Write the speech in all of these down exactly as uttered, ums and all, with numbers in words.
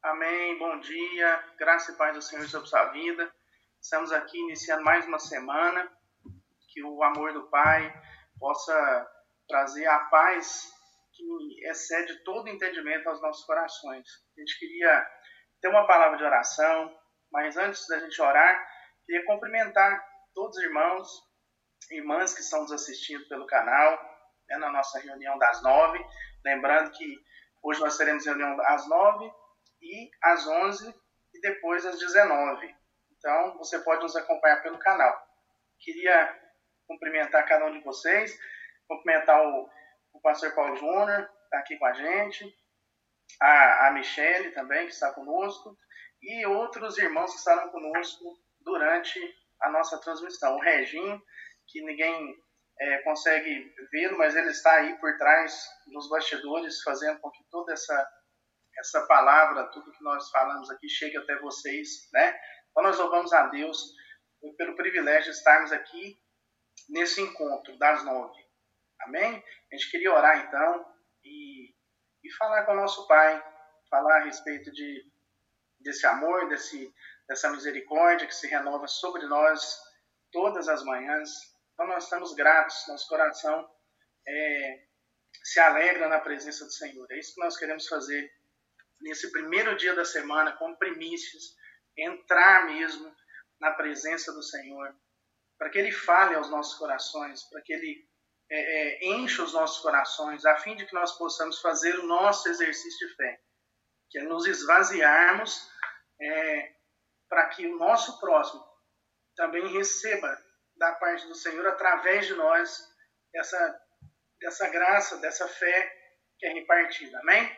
Amém, bom dia, graça e paz do Senhor sobre sua vida. Estamos aqui iniciando mais uma semana, que o amor do Pai possa trazer a paz que excede todo entendimento aos nossos corações. A gente queria ter uma palavra de oração, mas antes da gente orar, queria cumprimentar todos os irmãos e irmãs que estão nos assistindo pelo canal, né, na nossa reunião das nove. Lembrando que hoje nós teremos reunião às nove e às onze e depois às dezenove. Então, você pode nos acompanhar pelo canal. Queria cumprimentar cada um de vocês, cumprimentar o, o pastor Paulo Júnior, que está aqui com a gente, a, a Michele também, que está conosco, e outros irmãos que estarão conosco durante a nossa transmissão. O Reginho, que ninguém é, consegue vê-lo, mas ele está aí por trás dos bastidores, fazendo com que toda essa essa palavra, tudo que nós falamos aqui, chegue até vocês, né? Então nós louvamos a Deus pelo privilégio de estarmos aqui nesse encontro das nove. Amém? A gente queria orar então e, e falar com o nosso Pai, falar a respeito de, desse amor, desse, dessa misericórdia que se renova sobre nós todas as manhãs. Então nós estamos gratos, nosso coração é, se alegra na presença do Senhor. É isso que nós queremos fazer nesse primeiro dia da semana, com primícias, entrar mesmo na presença do Senhor, para que Ele fale aos nossos corações, para que Ele é, é, encha os nossos corações, a fim de que nós possamos fazer o nosso exercício de fé, que é nos esvaziarmos é, para que o nosso próximo também receba da parte do Senhor, através de nós, essa, dessa graça, dessa fé que é repartida. Amém?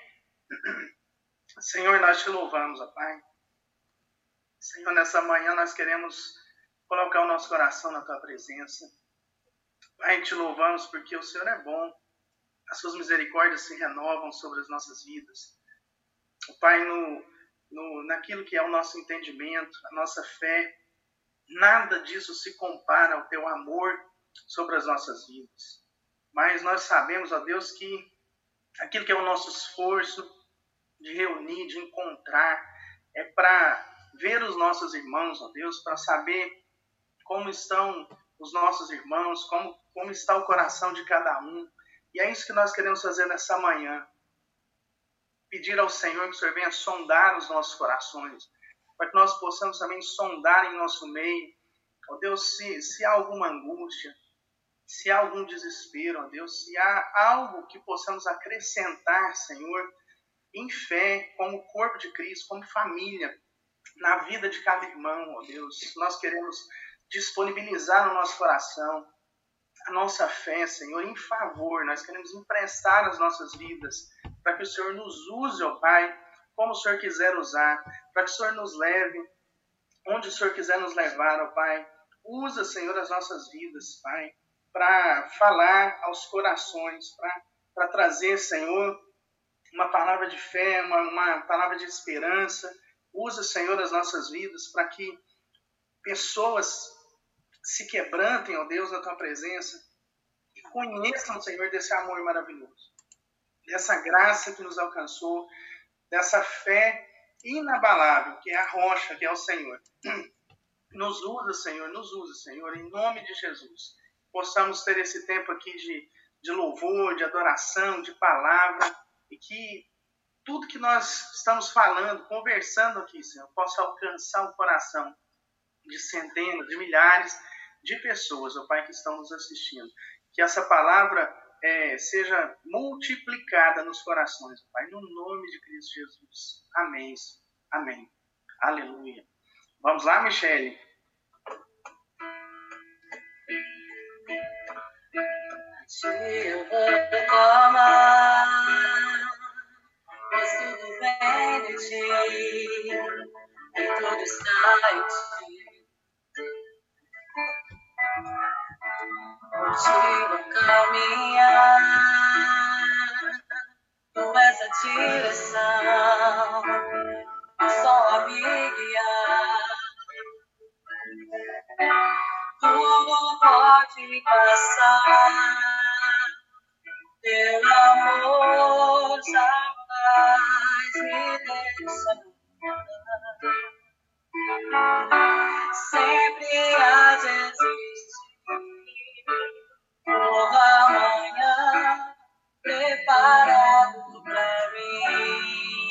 Senhor, nós te louvamos, ó Pai. Senhor, nessa manhã nós queremos colocar o nosso coração na Tua presença. Pai, te louvamos porque o Senhor é bom. As Suas misericórdias se renovam sobre as nossas vidas. O Pai, no, no, naquilo que é o nosso entendimento, a nossa fé, nada disso se compara ao Teu amor sobre as nossas vidas. Mas nós sabemos, ó Deus, que aquilo que é o nosso esforço de reunir, de encontrar, é para ver os nossos irmãos, ó Deus, para saber como estão os nossos irmãos, como, como está o coração de cada um. E é isso que nós queremos fazer nessa manhã. Pedir ao Senhor que o Senhor venha sondar os nossos corações, para que nós possamos também sondar em nosso meio, ó Deus, se, se há alguma angústia, se há algum desespero, ó Deus, se há algo que possamos acrescentar, Senhor, em fé, como corpo de Cristo, como família, na vida de cada irmão, ó Deus. Nós queremos disponibilizar no nosso coração a nossa fé, Senhor, em favor. Nós queremos emprestar as nossas vidas para que o Senhor nos use, ó Pai, como o Senhor quiser usar, para que o Senhor nos leve onde o Senhor quiser nos levar, ó Pai. Usa, Senhor, as nossas vidas, Pai, para falar aos corações, para trazer, Senhor, uma palavra de fé, uma, uma palavra de esperança. Usa, Senhor, as nossas vidas para que pessoas se quebrantem, ó Deus, na Tua presença e conheçam, Senhor, desse amor maravilhoso, dessa graça que nos alcançou, dessa fé inabalável, que é a rocha, que é o Senhor. Nos usa, Senhor, nos usa, Senhor, em nome de Jesus. Possamos ter esse tempo aqui de, de louvor, de adoração, de palavra, e que tudo que nós estamos falando, conversando aqui, Senhor, possa alcançar o coração de centenas, de milhares de pessoas, ó Pai, que estão nos assistindo. Que essa palavra é, seja multiplicada nos corações, ó Pai, no nome de Cristo Jesus. Amém. Amém. Aleluia. Vamos lá, Michele? Eu vou reclamar, pois tudo vem de ti, e tudo está em ti. Por ti vou caminhar, tu és a direção, o sol a me guiar. Tudo pode passar, teu amor jamais me deixa. sempre há de existir novo amanhã preparado pra mim,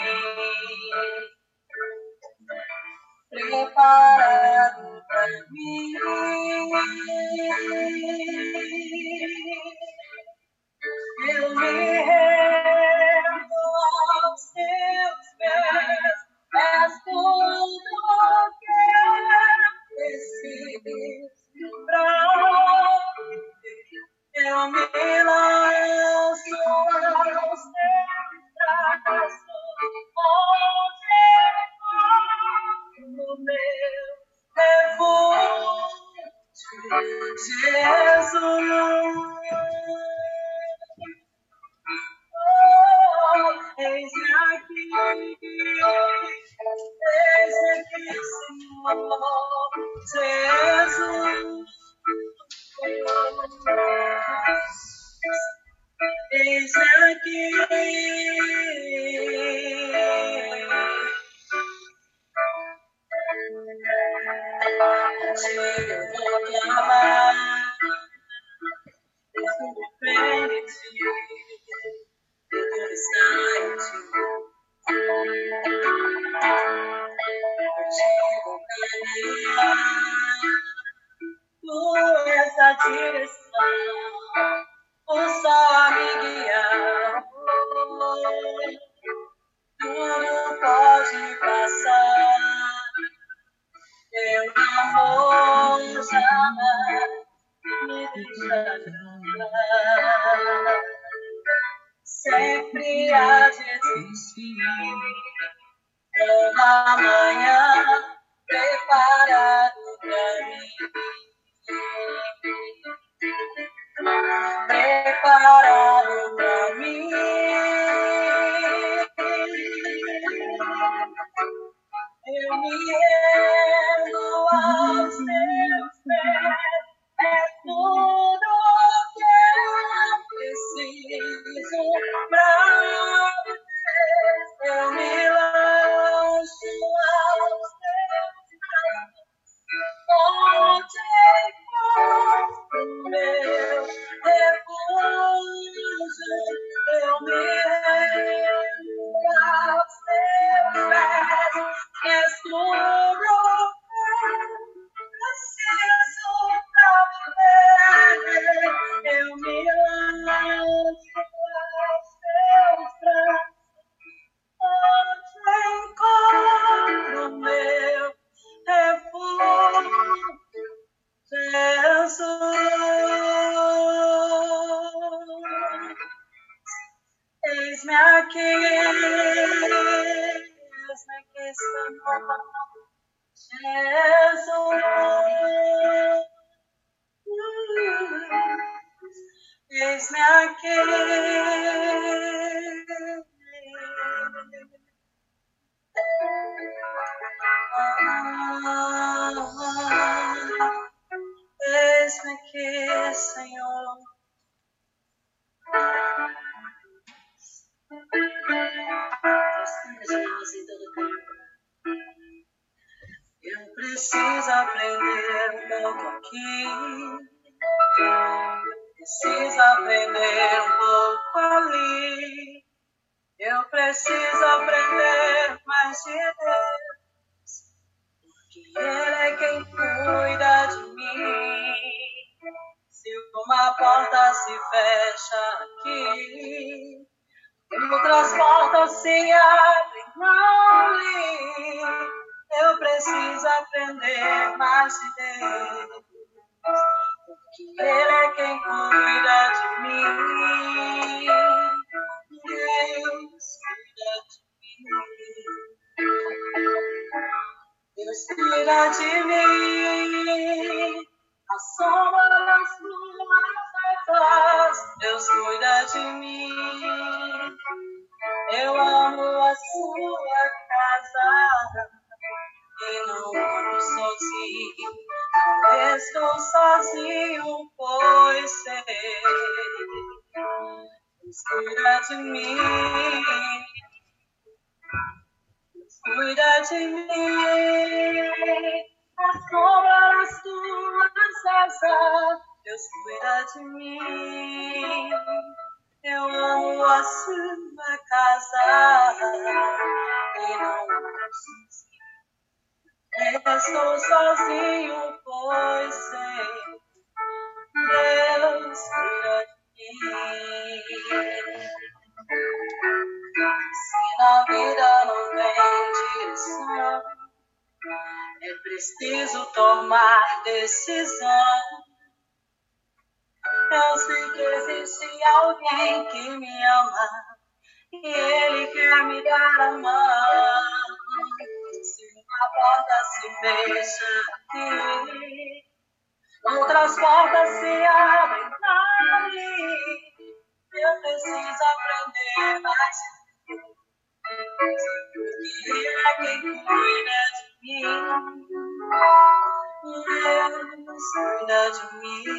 preparado pra mim. Eu me rendo aos teus pés, és tudo que eu preciso pra viver. Eu me lanço aos teus braços, onde no meu refúgio, Jesus. Oh, eis-me aqui, eis-me aqui, Senhor Jesus. Eis-me aqui, te vou clamar, tudo depende de ti, tudo está em ti. Te vou caminhar por essa direção, o sol me guiar. Tudo pode passar, eu não vou jamais me deixar. Sempre há de existir um amanhã preparado pra mim, preparado pra mim. Eu me rendo aos teus pés, é tudo que eu preciso pra viver. Eu me lanço aos teus braços, onde encontro o meu refúgio. Eu me rendo aos teus pés, és tudo preciso pra viver. Eu me lanço aos teus braços, onde encontro o meu refúgio, Jesus. Eis-me aqui, eis-me aqui, Senhor Jesus. Eis-me aqui, eis-me aqui, Senhor. Eu preciso aprender um pouco aqui, preciso aprender um pouco ali. Eu preciso aprender mais de Deus, porque Ele é quem cuida de mim. Se uma porta se fecha aqui, outras portas se abrem ali. Eu preciso aprender mais de Deus, porque Ele é quem cuida de mim. Deus cuida de mim. Deus cuida de mim. A sombra das tuas asas, Deus cuida de mim. Eu amo a sua casa e não ando sozinho, não estou sozinho, pois sei, Deus cuida de mim. Deus cuida de mim, na sombra das tuas asas, Deus cuida de mim. Eu amo a sua casa e não estou sozinho, pois sei, Deus cuida de mim. Se na vida não tem direção, é preciso tomar decisão. Eu sei que existe alguém que me ama e Ele quer me dar a mão. Se uma porta se fecha aqui, outras portas se abrem ali. Eu preciso aprender mais. Ele é quem cuida de mim. Deus cuida de mim.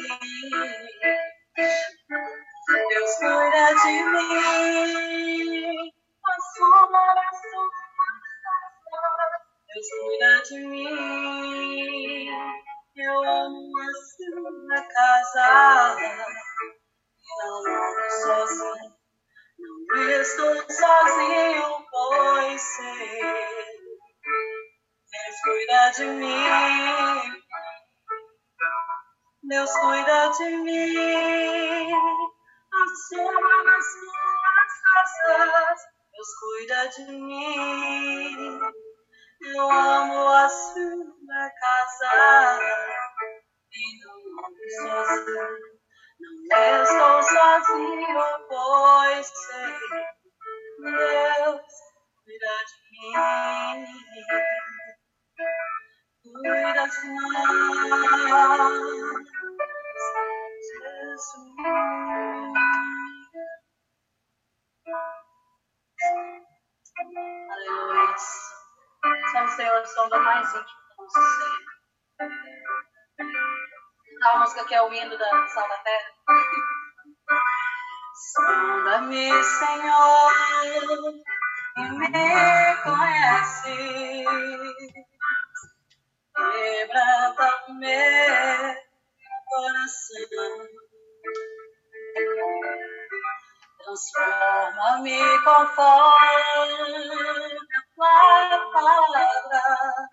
Deus cuida de mim. A sombra das suas asas, Deus cuida de mim. Eu amo a sua casa e não ando sozinho. Não estou sozinho, pois sei, Deus cuida de mim. Deus cuida de mim. A sombra das tuas asas, Deus cuida de mim. Eu amo a sua casa e não ando sozinho. Não estou sozinho, pois sei, Deus cuida de mim. Cuida de nós, Jesus. Aleluia. Somos, Senhor, som do mais íntimo do nosso ser. A música que é o hino da Sal da Terra. Sonda-me, Senhor, e me conhece. Quebranta o meu coração. Transforma-me conforme a tua palavra.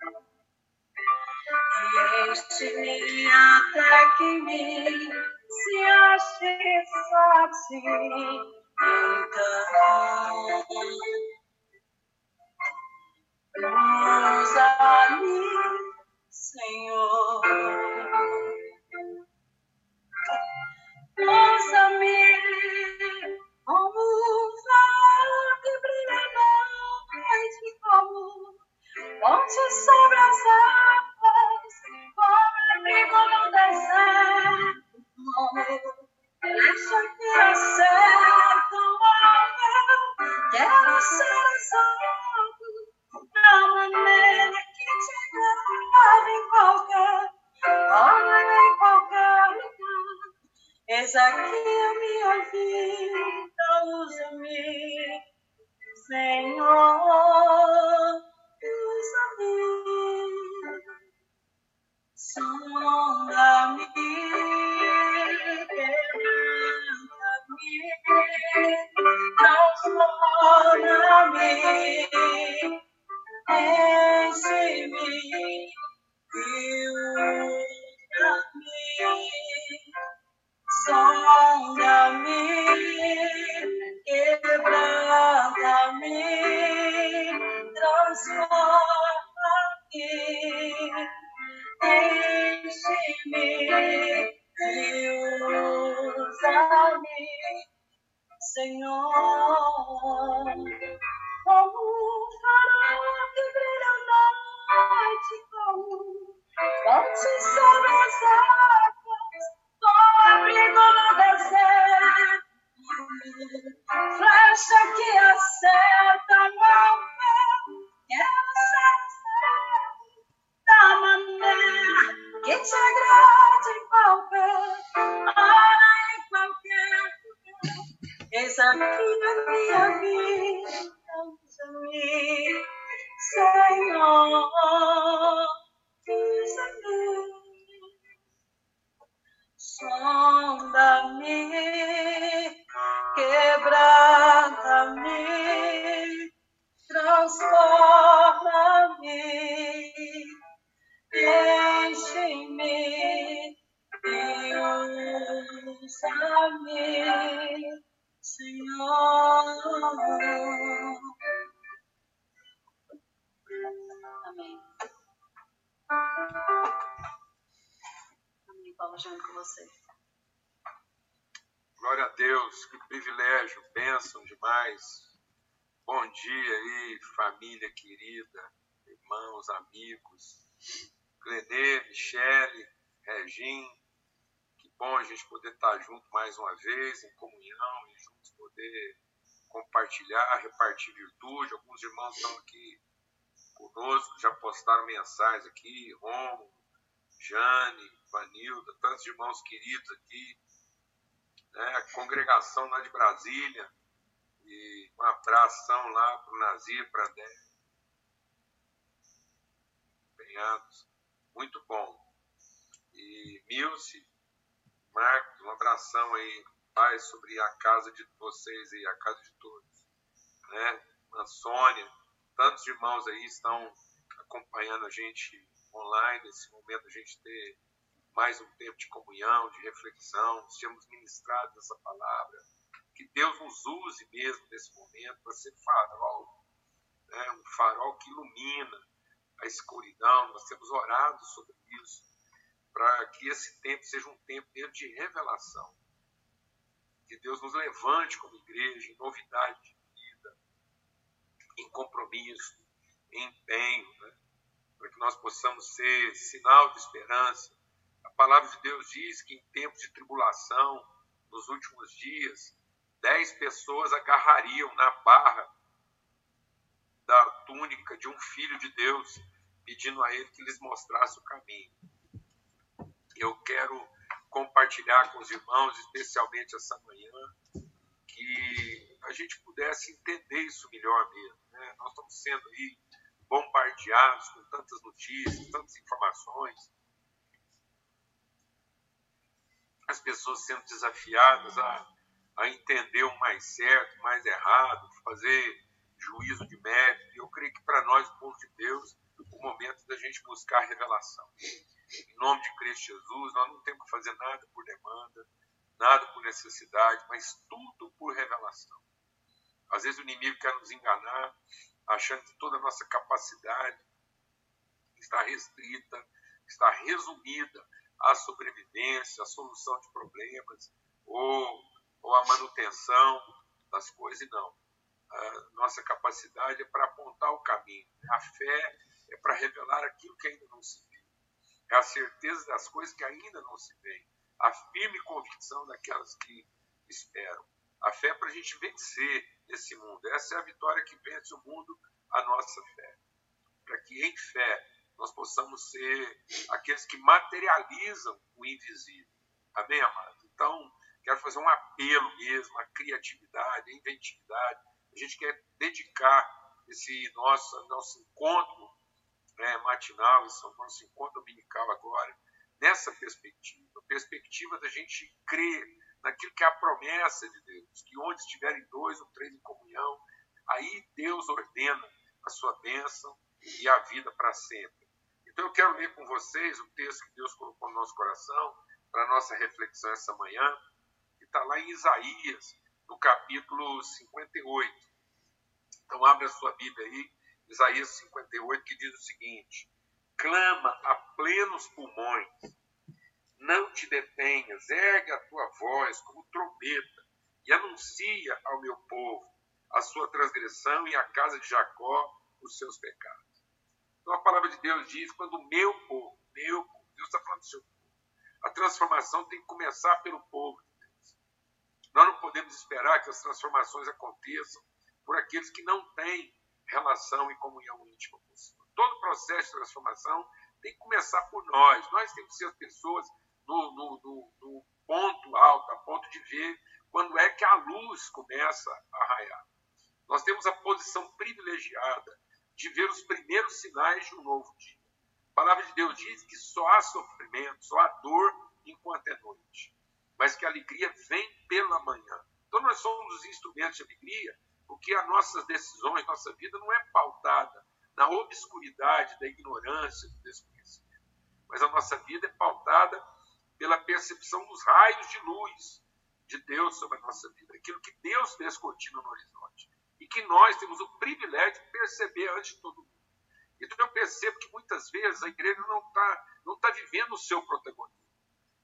E enche-me até que em mim se ache só a ti. Então, usa-me, Senhor. Usa-me como um farol que brilha na noite, como ponte sobre as águas, como abrigo no deserto, como flecha que acerta o alvo. Quero ser usado da maneira que te agrada em qualquer hora, em qualquer lugar. Eis aqui a minha vida, usa-me, Senhor, usa-me, sonda-me, quebranta-me, transforma-me, enche-me e usa-me. Sonda-me, quebranta-me, transforma-me, enche-me e usa-me, Senhor. Como um farol que brilha na noite, como ponte sobre as águas, abrigo no deserto, flecha que acerta o alvo. Quero ser usado da maneira que te agrade em qualquer hora, em qualquer lugar. Eis aqui a minha vida, usa-me, Senhor. Estamos junto com você. Glória a Deus, que privilégio, bênção demais. Bom dia aí, família querida, irmãos, amigos, Glenê, Michele, Regim. Que bom a gente poder estar junto mais uma vez, em comunhão, e juntos poder compartilhar, repartir virtude. Alguns irmãos estão aqui conosco, já postaram mensagens aqui, Romo, Jane, Vanilda, tantos irmãos queridos aqui, né? A congregação lá de Brasília, e um abração lá para o Nazir, para a André, empenhados, muito bom. E Milce, Marcos, um abração aí, Pai, sobre a casa de vocês e a casa de todos, né? A Sônia, tantos irmãos aí estão acompanhando a gente online, nesse momento a gente ter mais um tempo de comunhão, de reflexão, sejamos ministrados nessa palavra, que Deus nos use mesmo nesse momento para ser farol, né? Um farol que ilumina a escuridão. Nós temos orado sobre isso, para que esse tempo seja um tempo mesmo de revelação, que Deus nos levante como igreja em novidade de vida, em compromisso, em empenho, né? Para que nós possamos ser sinal de esperança. A palavra de Deus diz que em tempos de tribulação, nos últimos dias, dez pessoas agarrariam na barra da túnica de um filho de Deus, pedindo a ele que lhes mostrasse o caminho. Eu quero compartilhar com os irmãos, especialmente essa manhã, que a gente pudesse entender isso melhor mesmo, né? Nós estamos sendo aí bombardeados com tantas notícias, tantas informações, as pessoas sendo desafiadas a, a entender o mais certo, o mais errado, fazer juízo de mérito. E eu creio que para nós, o povo de Deus, o momento da gente buscar revelação. Em nome de Cristo Jesus, nós não temos que fazer nada por demanda, nada por necessidade, mas tudo por revelação. Às vezes o inimigo quer nos enganar, achando que toda a nossa capacidade está restrita, está resumida à sobrevivência, à solução de problemas, ou, ou à manutenção das coisas, e não. A nossa capacidade é para apontar o caminho. A fé é para revelar aquilo que ainda não se viu. É a certeza das coisas que ainda não se veem. A firme convicção daquelas que esperam. A fé é para a gente vencer esse mundo. Essa é a vitória que vence o mundo, a nossa fé. Para que em fé nós possamos ser aqueles que materializam o invisível. Amém, amados? Então, quero fazer um apelo mesmo à criatividade, à inventividade. A gente quer dedicar esse nosso, nosso encontro, né, matinal, esse nosso encontro dominical agora, nessa perspectiva. Perspectiva da gente crer naquilo que é a promessa de Deus, que onde estiverem dois ou três em comunhão, aí Deus ordena a sua bênção e a vida para sempre. Então eu quero ler com vocês o texto que Deus colocou no nosso coração para a nossa reflexão essa manhã, que está lá em Isaías, no capítulo cinquenta e oito. Então abre a sua Bíblia aí, Isaías cinquenta e oito, que diz o seguinte: clama a plenos pulmões, não te detenhas, ergue a tua voz como trombeta e anuncia ao meu povo a sua transgressão e à casa de Jacó os seus pecados. Então a palavra de Deus diz, quando o meu povo, meu povo, Deus está falando do seu povo, a transformação tem que começar pelo povo de Deus. Nós não podemos esperar que as transformações aconteçam por aqueles que não têm relação e comunhão íntima com o Senhor. Todo processo de transformação tem que começar por nós. Nós temos que ser as pessoas no, no, no, no ponto alto, a ponto de ver quando é que a luz começa a raiar. Nós temos a posição privilegiada de ver os primeiros sinais de um novo dia. A palavra de Deus diz que só há sofrimento, só há dor enquanto é noite, mas que a alegria vem pela manhã. Então nós somos os instrumentos de alegria, porque as nossas decisões, nossa vida não é pautada na obscuridade da ignorância, do desconhecimento, mas a nossa vida é pautada pela percepção dos raios de luz de Deus sobre a nossa vida, aquilo que Deus descortina no horizonte, e que nós temos o privilégio de perceber antes de todo mundo. Então eu percebo que muitas vezes a igreja não está não tá vivendo o seu protagonismo.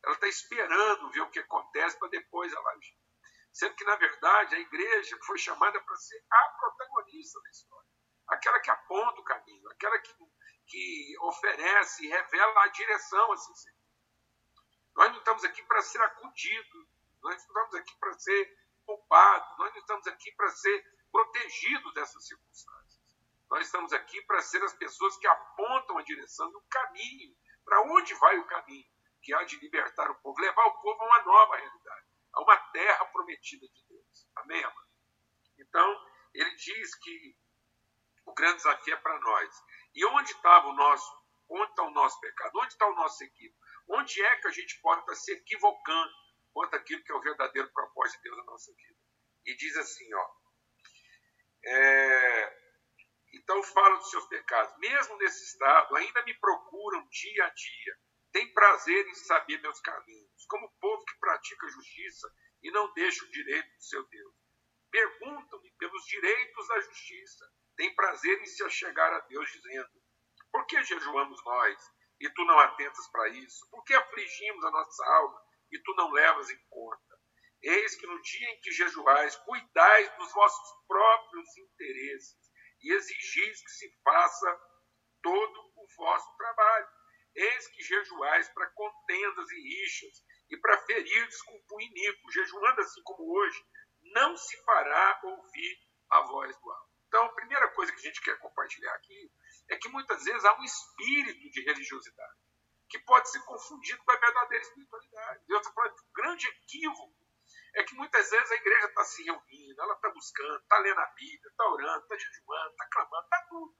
ela está esperando ver o que acontece para depois ela agir. Sendo que, na verdade, a igreja foi chamada para ser a protagonista da história. Aquela que aponta o caminho, aquela que, que oferece e revela a direção a se seguir. Nós não estamos aqui para ser acudidos, nós não estamos aqui para ser poupados, nós não estamos aqui para ser protegidos dessas circunstâncias. Nós estamos aqui para ser as pessoas que apontam a direção e o caminho, para onde vai o caminho, que há de libertar o povo, levar o povo a uma nova realidade, a uma terra prometida de Deus. Amém, amado? Então, ele diz que o grande desafio é para nós. E onde estava o nosso, onde está o nosso pecado? Onde está o nosso equívoco? Onde é que a gente pode estar se equivocando quanto àquilo que é o verdadeiro propósito de Deus na nossa vida? E diz assim, ó, é, então fala dos seus pecados. Mesmo nesse estado, ainda me procuram dia a dia. Tem prazer em saber meus caminhos, como o povo que pratica justiça e não deixa o direito do seu Deus. Perguntam-me pelos direitos da justiça. Tem prazer em se achegar a Deus, dizendo, por que jejuamos nós e tu não atentas para isso? Por que afligimos a nossa alma e tu não levas em conta? Eis que no dia em que jejuais, cuidais dos vossos próprios interesses e exigis que se faça todo o vosso trabalho. Eis que jejuais para contendas e rixas e para ferirdes com o punho iníquo. Jejuando assim como hoje, não se fará ouvir a voz do alto. Então, a primeira coisa que a gente quer compartilhar aqui é que muitas vezes há um espírito de religiosidade que pode ser confundido com a verdadeira espiritualidade. Deus está falando que o grande equívoco é que muitas vezes a igreja está se reunindo, ela está buscando, está lendo a Bíblia, está orando, está jejuando, está clamando, está tudo.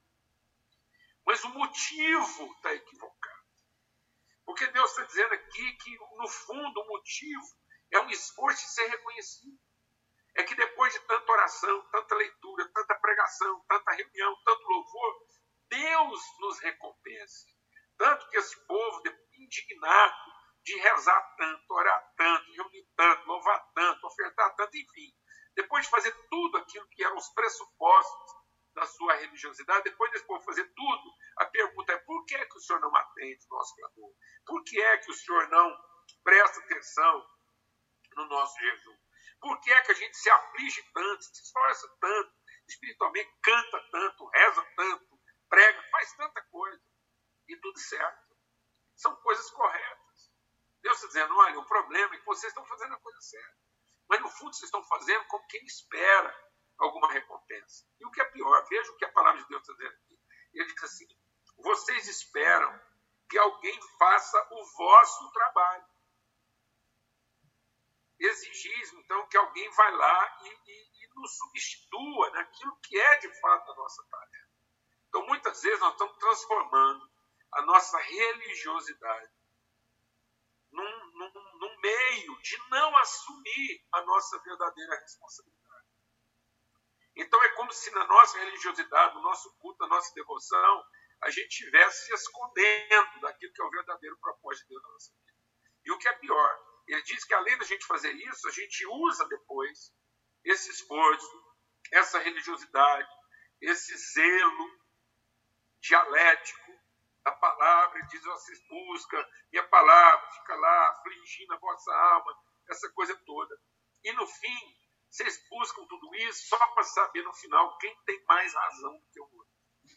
Mas o motivo está equivocado. Porque Deus está dizendo aqui que, no fundo, o motivo é um esforço de ser reconhecido. É que depois de tanta oração, tanta leitura, tanta pregação, tanta reunião, tanto louvor, Deus nos recompense. Tanto que esse povo, indignado de rezar tanto, orar tanto, reunir tanto, louvar tanto, ofertar tanto, enfim, depois de fazer tudo aquilo que eram os pressupostos da sua religiosidade, depois desse povo fazer tudo, a pergunta é, por que é que o Senhor não atende o nosso clamor? Por que é que o Senhor não presta atenção no nosso jejum? Por que é que a gente se aflige tanto, se esforça tanto, espiritualmente canta tanto, reza tanto, prega, faz tanta coisa, e tudo certo? São coisas corretas. Deus está dizendo, olha, o problema é que vocês estão fazendo a coisa certa. Mas no fundo vocês estão fazendo como quem espera alguma recompensa. E o que é pior, veja o que a palavra de Deus está dizendo aqui. Ele diz assim, vocês esperam que alguém faça o vosso trabalho. Exigis, então, que alguém vá lá e, e, e nos substitua naquilo que é, de fato, a nossa tarefa. Então, muitas vezes, nós estamos transformando a nossa religiosidade num, num, num meio de não assumir a nossa verdadeira responsabilidade. Então, é como se na nossa religiosidade, no nosso culto, na nossa devoção, a gente estivesse se escondendo daquilo que é o verdadeiro propósito de Deus na nossa vida. E o que é pior, ele diz que além da gente fazer isso, a gente usa depois esse esforço, essa religiosidade, esse zelo dialético da palavra. Ele diz, vocês buscam minha palavra, fica lá afligindo a vossa alma, essa coisa toda. E no fim, vocês buscam tudo isso só para saber no final quem tem mais razão do que o outro.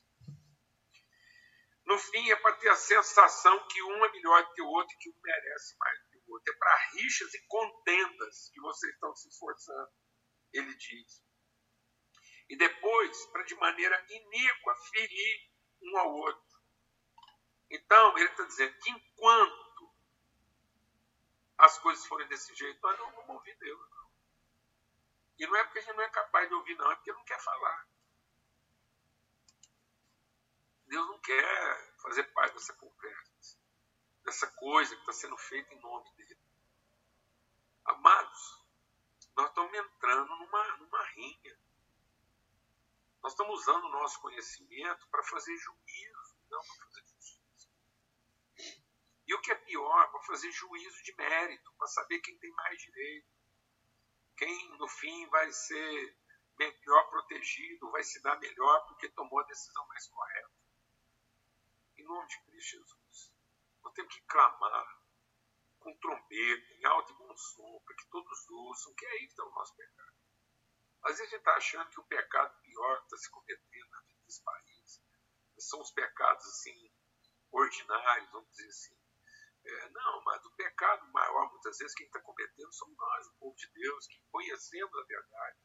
No fim, é para ter a sensação que um é melhor do que o outro e que um merece mais do que o outro. É para rixas e contendas que vocês estão se esforçando, ele diz. E depois, para de maneira iníqua ferir um ao outro. Então, ele está dizendo que enquanto as coisas forem desse jeito, nós não vamos ouvir Deus, não. E não é porque a gente não é capaz de ouvir, não, é porque não quer falar. Deus não quer fazer parte dessa conversa, dessa coisa que está sendo feita em nome dele. Amados, nós estamos entrando numa, numa rinha. Nós estamos usando o nosso conhecimento para fazer juízo, não para fazer justiça. E o que é pior, para fazer juízo de mérito, para saber quem tem mais direito, quem no fim vai ser melhor protegido, vai se dar melhor porque tomou a decisão mais correta. Em nome de Cristo Jesus, nós temos que clamar com trombeta trombeta, em alto e bom som, para que todos ouçam, que é aí que está o nosso pecado. Às vezes a gente está achando que o pecado pior que está se cometendo na vida desse país são os pecados assim, ordinários, vamos dizer assim. É, não, mas o pecado maior, muitas vezes, quem está cometendo somos nós, o povo de Deus, que conhecemos a verdade.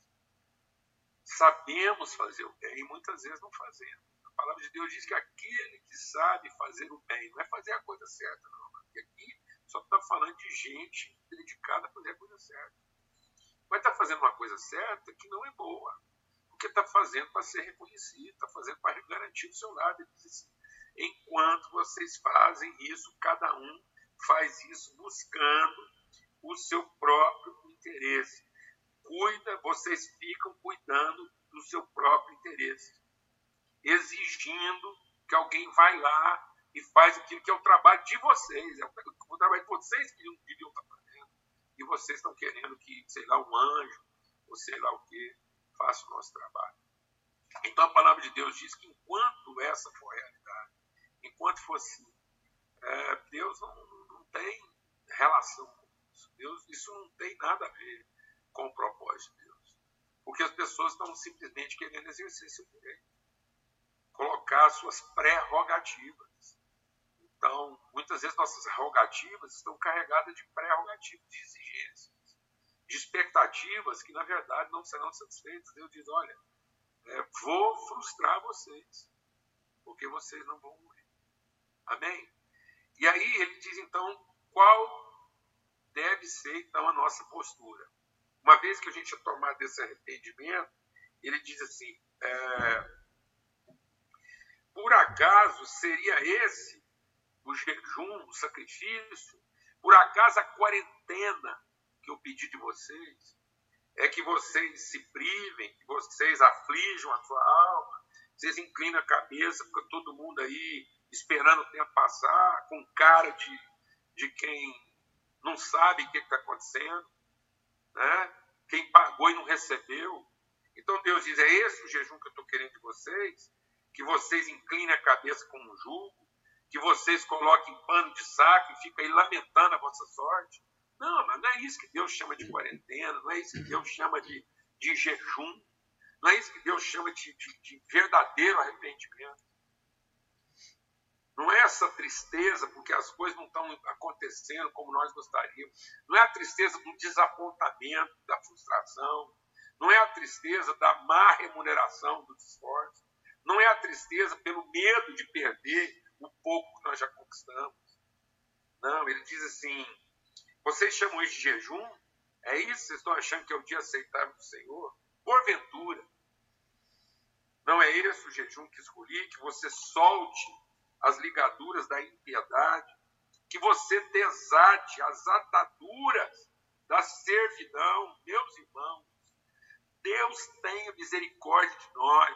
Sabemos fazer o bem e muitas vezes não fazemos. A palavra de Deus diz que aquele que sabe fazer o bem, não é fazer a coisa certa, não. Porque aqui só está falando de gente dedicada a fazer a coisa certa. Mas está fazendo uma coisa certa que não é boa. Porque está fazendo para ser reconhecido, está fazendo para garantir o seu lado. Ele diz assim, enquanto vocês fazem isso, cada um faz isso buscando o seu próprio interesse. Cuida, vocês ficam cuidando do seu próprio interesse, exigindo que alguém vai lá e faz aquilo que é o trabalho de vocês, é o trabalho que vocês deviam, deviam estar fazendo, e vocês estão querendo que, sei lá, um anjo, ou sei lá o que, faça o nosso trabalho. Então a palavra de Deus diz que enquanto essa for a realidade, enquanto for assim, é, Deus não, não tem relação com isso. Deus, isso não tem nada a ver com o propósito de Deus. Porque as pessoas estão simplesmente querendo exercer seu direito, colocar suas prerrogativas. Então, muitas vezes nossas rogativas estão carregadas de prerrogativas, de exigências, de expectativas que, na verdade, não serão satisfeitas. Deus diz, olha, é, vou frustrar vocês, porque vocês não vão morrer. Amém? E aí ele diz, então, qual deve ser, então, a nossa postura? Uma vez que a gente é tomado desse arrependimento, ele diz assim, é, por acaso seria esse o jejum, o sacrifício? Por acaso a quarentena que eu pedi de vocês é que vocês se privem, que vocês aflijam a sua alma, vocês inclinam a cabeça, fica todo mundo aí esperando o tempo passar, com cara de, de quem não sabe o que está acontecendo, né? Quem pagou e não recebeu. Então Deus diz, é esse o jejum que eu estou querendo de vocês? Que vocês inclinem a cabeça com um jugo, que vocês coloquem pano de saco e fiquem aí lamentando a vossa sorte? Não, mas não é isso que Deus chama de quarentena, não é isso que Deus chama de, de jejum, não é isso que Deus chama de, de, de verdadeiro arrependimento. Não é essa tristeza porque as coisas não estão acontecendo como nós gostaríamos. Não é a tristeza do desapontamento, da frustração. Não é a tristeza da má remuneração dos esforços. Não é a tristeza pelo medo de perder o pouco que nós já conquistamos. Não, ele diz assim, vocês chamam isso de jejum? É isso? Vocês estão achando que é o dia aceitável do Senhor? Porventura. Não é esse o jejum que escolhi, que você solte as ligaduras da impiedade, que você desate as ataduras da servidão. Meus irmãos, Deus tenha misericórdia de nós.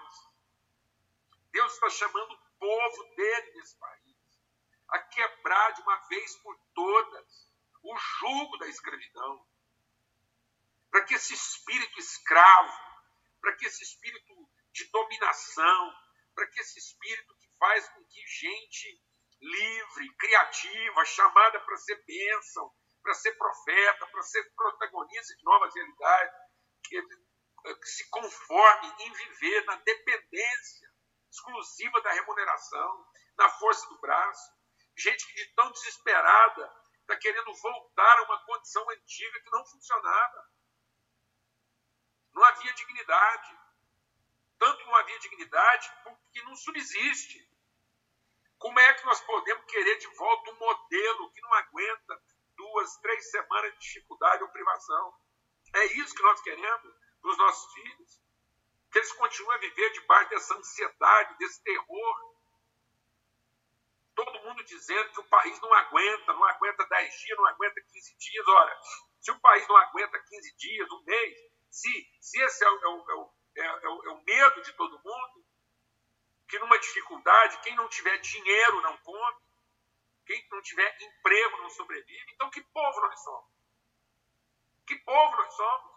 Deus está chamando o povo dele nesse país a quebrar de uma vez por todas o jugo da escravidão, para que esse espírito escravo, para que esse espírito de dominação, para que esse espírito que faz com que gente livre, criativa, chamada para ser bênção, para ser profeta, para ser protagonista de novas realidades, que, que se conforme em viver na dependência exclusiva da remuneração, na força do braço. Gente que de tão desesperada está querendo voltar a uma condição antiga que não funcionava. Não havia dignidade. Tanto não havia dignidade porque não subsiste. Como é que nós podemos querer de volta um modelo que não aguenta duas, três semanas de dificuldade ou privação? É isso que nós queremos para os nossos filhos. Que eles continuem a viver debaixo dessa ansiedade, desse terror. Todo mundo dizendo que o país não aguenta, não aguenta dez dias, não aguenta quinze dias. Ora, se o país não aguenta quinze dias, um mês, se, se esse é o, é, o, é, o, é, o, é o medo de todo mundo, que numa dificuldade, quem não tiver dinheiro não come, quem não tiver emprego não sobrevive, então que povo nós somos? Que povo nós somos?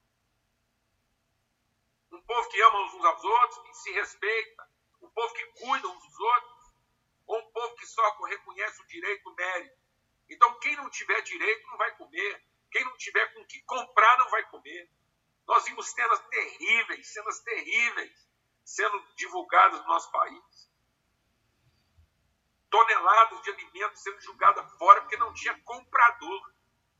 Um povo que ama uns aos outros, que se respeita, um povo que cuida uns dos outros, ou um povo que só reconhece o direito, o mérito. Então, quem não não tiver direito não vai comer. Quem não tiver com o que comprar não vai comer. Nós vimos cenas terríveis, cenas terríveis sendo divulgadas no nosso país. Toneladas de alimentos sendo jogadas fora porque não tinha comprador.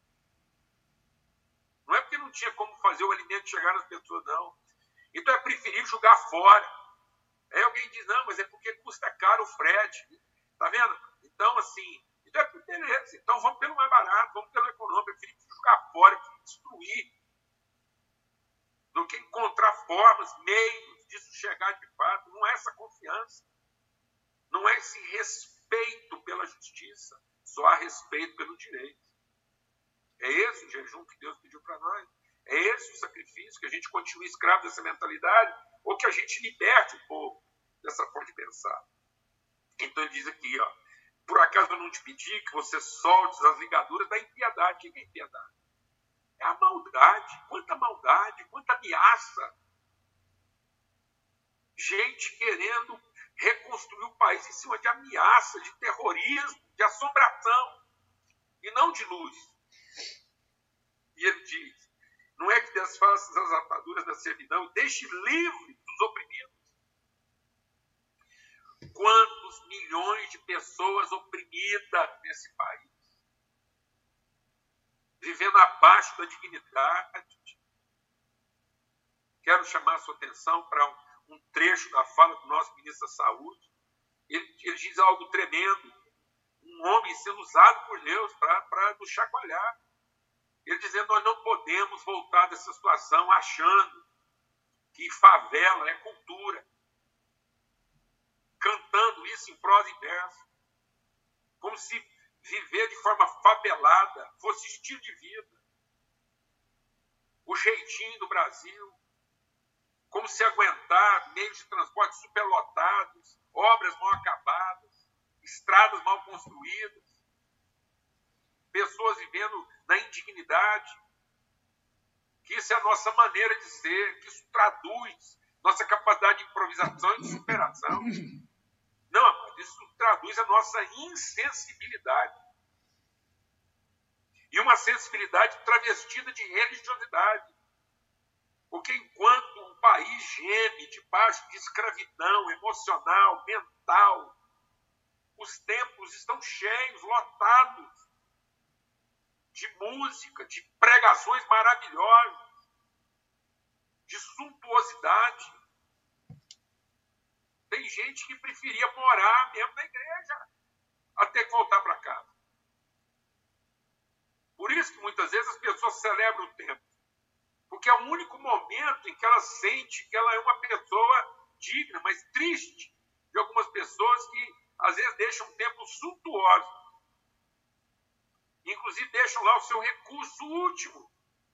Não é porque não tinha como fazer o alimento chegar nas pessoas, não. Então é preferível jogar fora. Aí alguém diz, não, mas é porque custa caro o frete. Tá vendo? Então, assim, então é beleza. Então vamos pelo mais barato, vamos pelo econômico. É preferível jogar fora, é preferível destruir. Do que encontrar formas, meios disso chegar de fato. Não é essa confiança. Não é esse respeito pela justiça. Só há respeito pelo direito. É esse o jejum que Deus pediu para nós. É esse o sacrifício, que a gente continue escravo dessa mentalidade ou que a gente liberte o povo dessa forma de pensar. Então ele diz aqui, ó, por acaso eu não te pedi que você solte as ligaduras da impiedade. O que é impiedade? É a maldade. Quanta maldade, quanta ameaça. Gente querendo reconstruir o país em cima de ameaça, de terrorismo, de assombração, e não de luz. E ele diz, não é que desfaças as ataduras da servidão e deixe livre dos oprimidos. Quantos milhões de pessoas oprimidas nesse país, vivendo abaixo da dignidade. Quero chamar a sua atenção para um, um trecho da fala do nosso ministro da Saúde. Ele, ele diz algo tremendo. Um homem sendo usado por Deus para nos chacoalhar. Ele dizendo, nós não podemos voltar dessa situação achando que favela é cultura. Cantando isso em prosa e verso. Como se viver de forma favelada fosse estilo de vida. O jeitinho do Brasil. Como se aguentar meios de transporte superlotados, obras mal acabadas, estradas mal construídas, pessoas vivendo na indignidade. Que isso é a nossa maneira de ser, que isso traduz nossa capacidade de improvisação e de superação. Não, amado, isso traduz a nossa insensibilidade. E uma sensibilidade travestida de religiosidade. Porque enquanto o país geme debaixo de escravidão emocional, mental, os templos estão cheios, lotados de música, de pregações maravilhosas, de suntuosidade. Tem gente que preferia morar mesmo na igreja até que voltar para casa. Por isso que muitas vezes as pessoas celebram o tempo. Porque é o único momento em que ela sente que ela é uma pessoa digna, mas triste de algumas pessoas que às vezes deixam um tempo suntuoso. Inclusive deixam lá o seu recurso último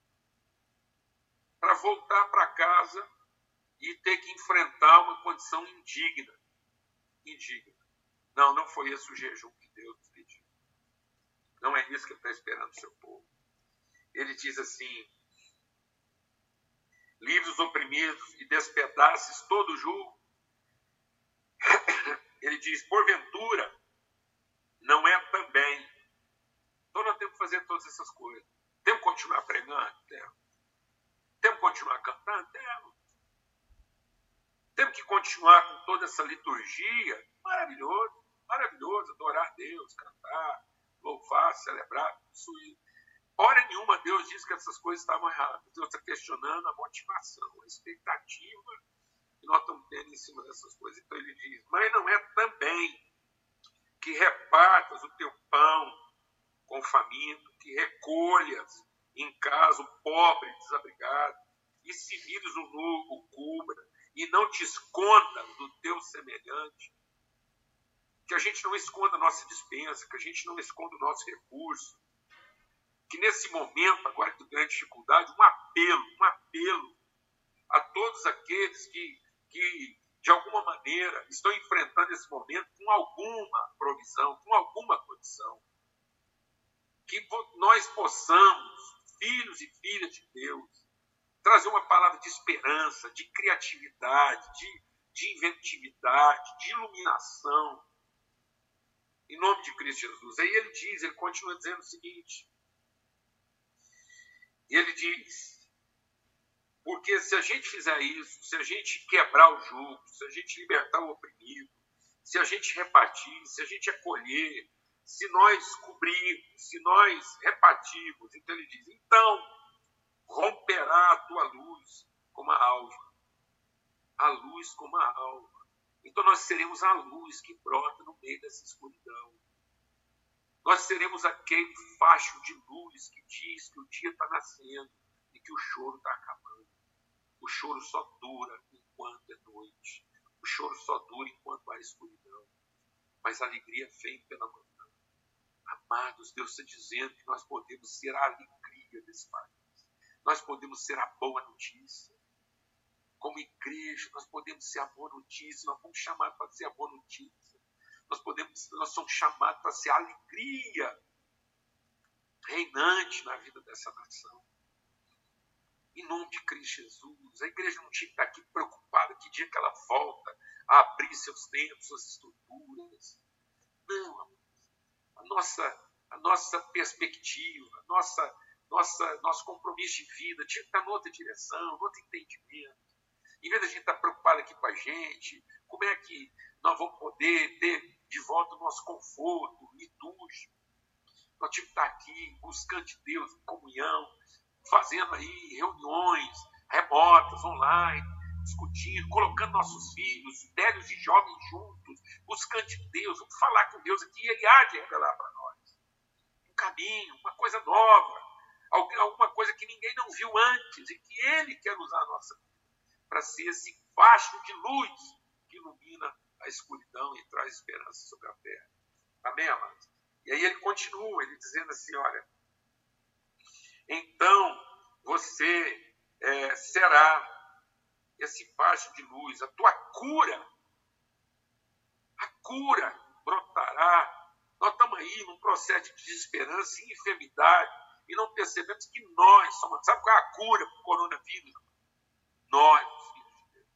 para voltar para casa e ter que enfrentar uma condição indigna. Indigna. Não, não foi esse o jejum que Deus pediu. Não é isso que ele está esperando do seu povo. Ele diz assim, livre os oprimidos e despedaces todo o jugo. Ele diz, porventura, não é também. Então nós temos que fazer todas essas coisas. Temos que continuar pregando? Temos. Temos que continuar cantando? Temos. Temos que continuar com toda essa liturgia. Maravilhoso, maravilhoso, adorar Deus, cantar, louvar, celebrar. Isso, hora nenhuma Deus diz que essas coisas estavam erradas. Deus está questionando a motivação, a expectativa que nós estamos tendo em cima dessas coisas. Então ele diz, mas não é também que repartas o teu pão com o faminto, que recolhas em casa o pobre e desabrigado, e se vires o nu, o cubra, e não te escondas do teu semelhante. Que a gente não esconda a nossa dispensa, que a gente não esconda o nosso recurso. Que nesse momento, agora de grande dificuldade, um apelo, um apelo a todos aqueles que, que, de alguma maneira, estão enfrentando esse momento com alguma provisão, com alguma condição. Que nós possamos, filhos e filhas de Deus, trazer uma palavra de esperança, de criatividade, de, de inventividade, de iluminação, Em nome de Cristo Jesus. Aí ele diz, ele continua dizendo o seguinte. Ele diz, porque se a gente fizer isso, se a gente quebrar o jugo, se a gente libertar o oprimido, se a gente repartir, se a gente acolher, se nós cobrirmos, se nós repartirmos, então ele diz, então romperá a tua luz como a alva. A luz como a alva. Então nós seremos a luz que brota no meio dessa escuridão. Nós seremos aquele facho de luz que diz que o dia está nascendo e que o choro está acabando. O choro só dura enquanto é noite. O choro só dura enquanto há escuridão. Mas a alegria vem pela manhã. Amados, Deus está dizendo que nós podemos ser a alegria desse país. Nós podemos ser a boa notícia. Como igreja, nós podemos ser a boa notícia. Nós fomos chamados para ser a boa notícia. Nós, podemos, nós somos chamados para ser a alegria reinante na vida dessa nação. Em nome de Cristo Jesus. A igreja não tinha que estar aqui preocupada que dia que ela volta a abrir seus templos, suas estruturas. Não, amor. A nossa, a nossa perspectiva, a nossa, nossa, nosso compromisso de vida tinha que estar em outra direção, em outro entendimento. Em vez de a gente estar preocupado aqui com a gente, como é que nós vamos poder ter de volta o nosso conforto litúrgico. Nós tínhamos que estar aqui buscando de Deus em comunhão, fazendo aí reuniões remotas, online, discutindo, colocando nossos filhos, velhos e jovens juntos, buscando de Deus, vamos falar com Deus aqui, Ele há de revelar para nós um caminho, uma coisa nova, alguma coisa que ninguém não viu antes e que Ele quer usar a nossa vida para ser esse facho de luz que ilumina a escuridão e traz esperança sobre a terra. Amém, amados? E aí ele continua, ele dizendo assim, olha, então você é, será esse facho de luz, a tua cura, a cura brotará. Nós estamos aí num processo de desesperança e enfermidade e não percebemos que nós somos. Sabe qual é a cura para o coronavírus? Nós, os filhos de Deus.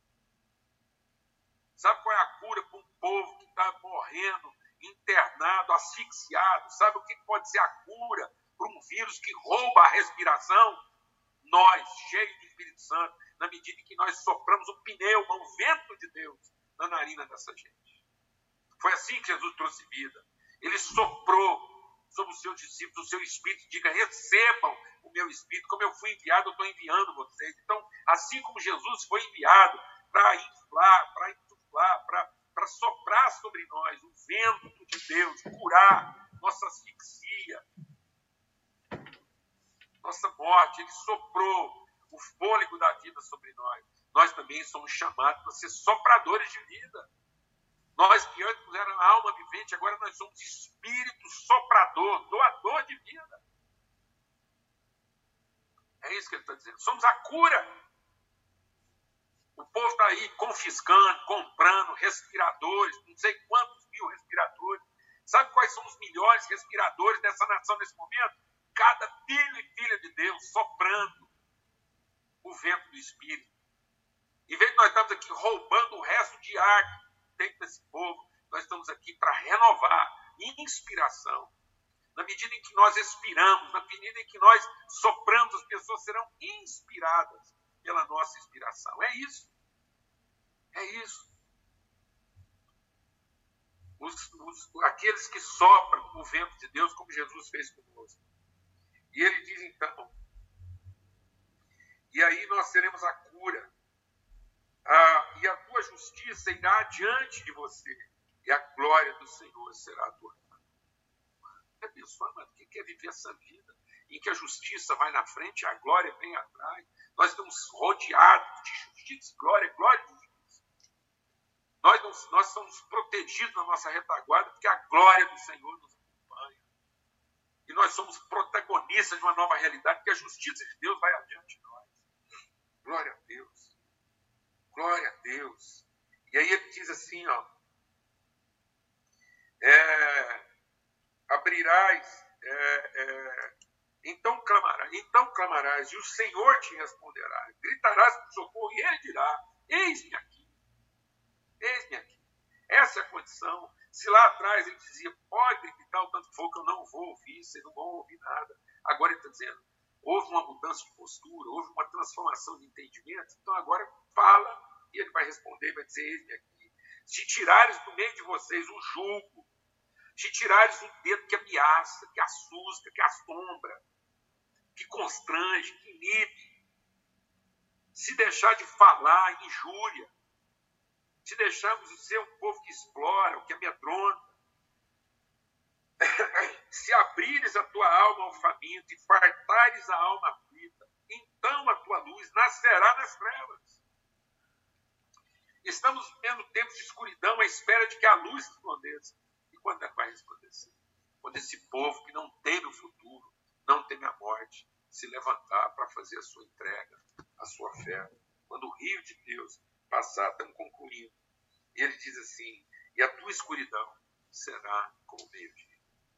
Sabe qual é a cura para um povo que está morrendo, internado, asfixiado? Sabe o que pode ser a cura para um vírus que rouba a respiração? Nós, cheios do Espírito Santo, na medida em que nós sopramos o pneuma, o vento de Deus na narina dessa gente. Foi assim que Jesus trouxe vida. Ele soprou sobre os seus discípulos o seu Espírito, diga, recebam o meu Espírito, como eu fui enviado, eu estou enviando vocês. Então, assim como Jesus foi enviado para inflar, para insuflar, para soprar sobre nós o vento de Deus, curar nossa asfixia, nossa morte, ele soprou o fôlego da vida sobre nós. Nós também somos chamados para ser sopradores de vida. Nós que antes éramos alma vivente, agora nós somos espírito soprador, doador de vida. É isso que ele está dizendo. Somos a cura. O povo está aí confiscando, comprando respiradores, não sei quantos mil respiradores. Sabe quais são os melhores respiradores dessa nação nesse momento? Cada filho e filha de Deus soprando o vento do Espírito. Em vez de nós estamos aqui roubando o resto de ar que tem desse povo, nós estamos aqui para renovar inspiração. Na medida em que nós expiramos, na medida em que nós sopramos, as pessoas serão inspiradas pela nossa inspiração. É isso. É isso. Os, os, aqueles que sopram o vento de Deus, como Jesus fez conosco. E ele diz então, e aí nós teremos a cura, a, e a tua justiça irá adiante de você, e a glória do Senhor será a tua glória. É pessoal, mas o que é viver essa vida em que a justiça vai na frente e a glória vem atrás? Nós estamos rodeados de justiça, glória, glória de justiça. Nós, não, nós somos protegidos na nossa retaguarda porque a glória do Senhor nos acompanha. E nós somos protagonistas de uma nova realidade, porque a justiça de Deus vai adiante de nós. Glória a Deus. Glória a Deus. E aí ele diz assim, ó. É, abrirás, é, é, então clamarás, então clamarás, e o Senhor te responderá. Gritarás por socorro, e ele dirá, eis-me aqui. Eis-me aqui. Essa é a condição Se lá atrás ele dizia, pode gritar o tanto que for que eu não vou ouvir, vocês não vão ouvir nada. Agora ele está dizendo, houve uma mudança de postura, houve uma transformação de entendimento, então agora fala e ele vai responder, vai dizer, eis-me aqui. Se tirares do meio de vocês o jugo, se tirares o dedo que ameaça, que assusta, que assombra, que constrange, que inibe, se deixar de falar injúria, se deixarmos de ser um povo que explora, o que amedronta, se abrires a tua alma ao faminto e fartares a alma aflita, então a tua luz nascerá nas trevas. Estamos vivendo tempos de escuridão à espera de que a luz resplandeça. E quando ela vai resplandecer? Quando esse povo que não teme o futuro, não teme a morte, se levantar para fazer a sua entrega, a sua fé. Quando o rio de Deus passar, estamos concluindo. E ele diz assim, e a tua escuridão será como meio-dia.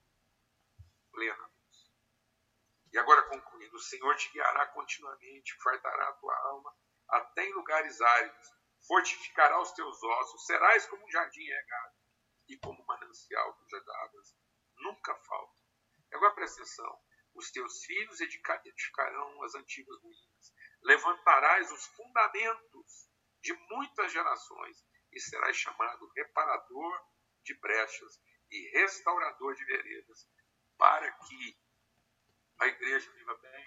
Plena luz. E agora concluindo, o Senhor te guiará continuamente, fartará a tua alma até em lugares áridos, fortificará os teus ossos, serás como um jardim regado e como um manancial cujas águas nunca faltam. Agora presta atenção, os teus filhos edificarão as antigas ruínas, levantarás os fundamentos de muitas gerações e serás chamado reparador de brechas e restaurador de veredas, para que a igreja viva bem,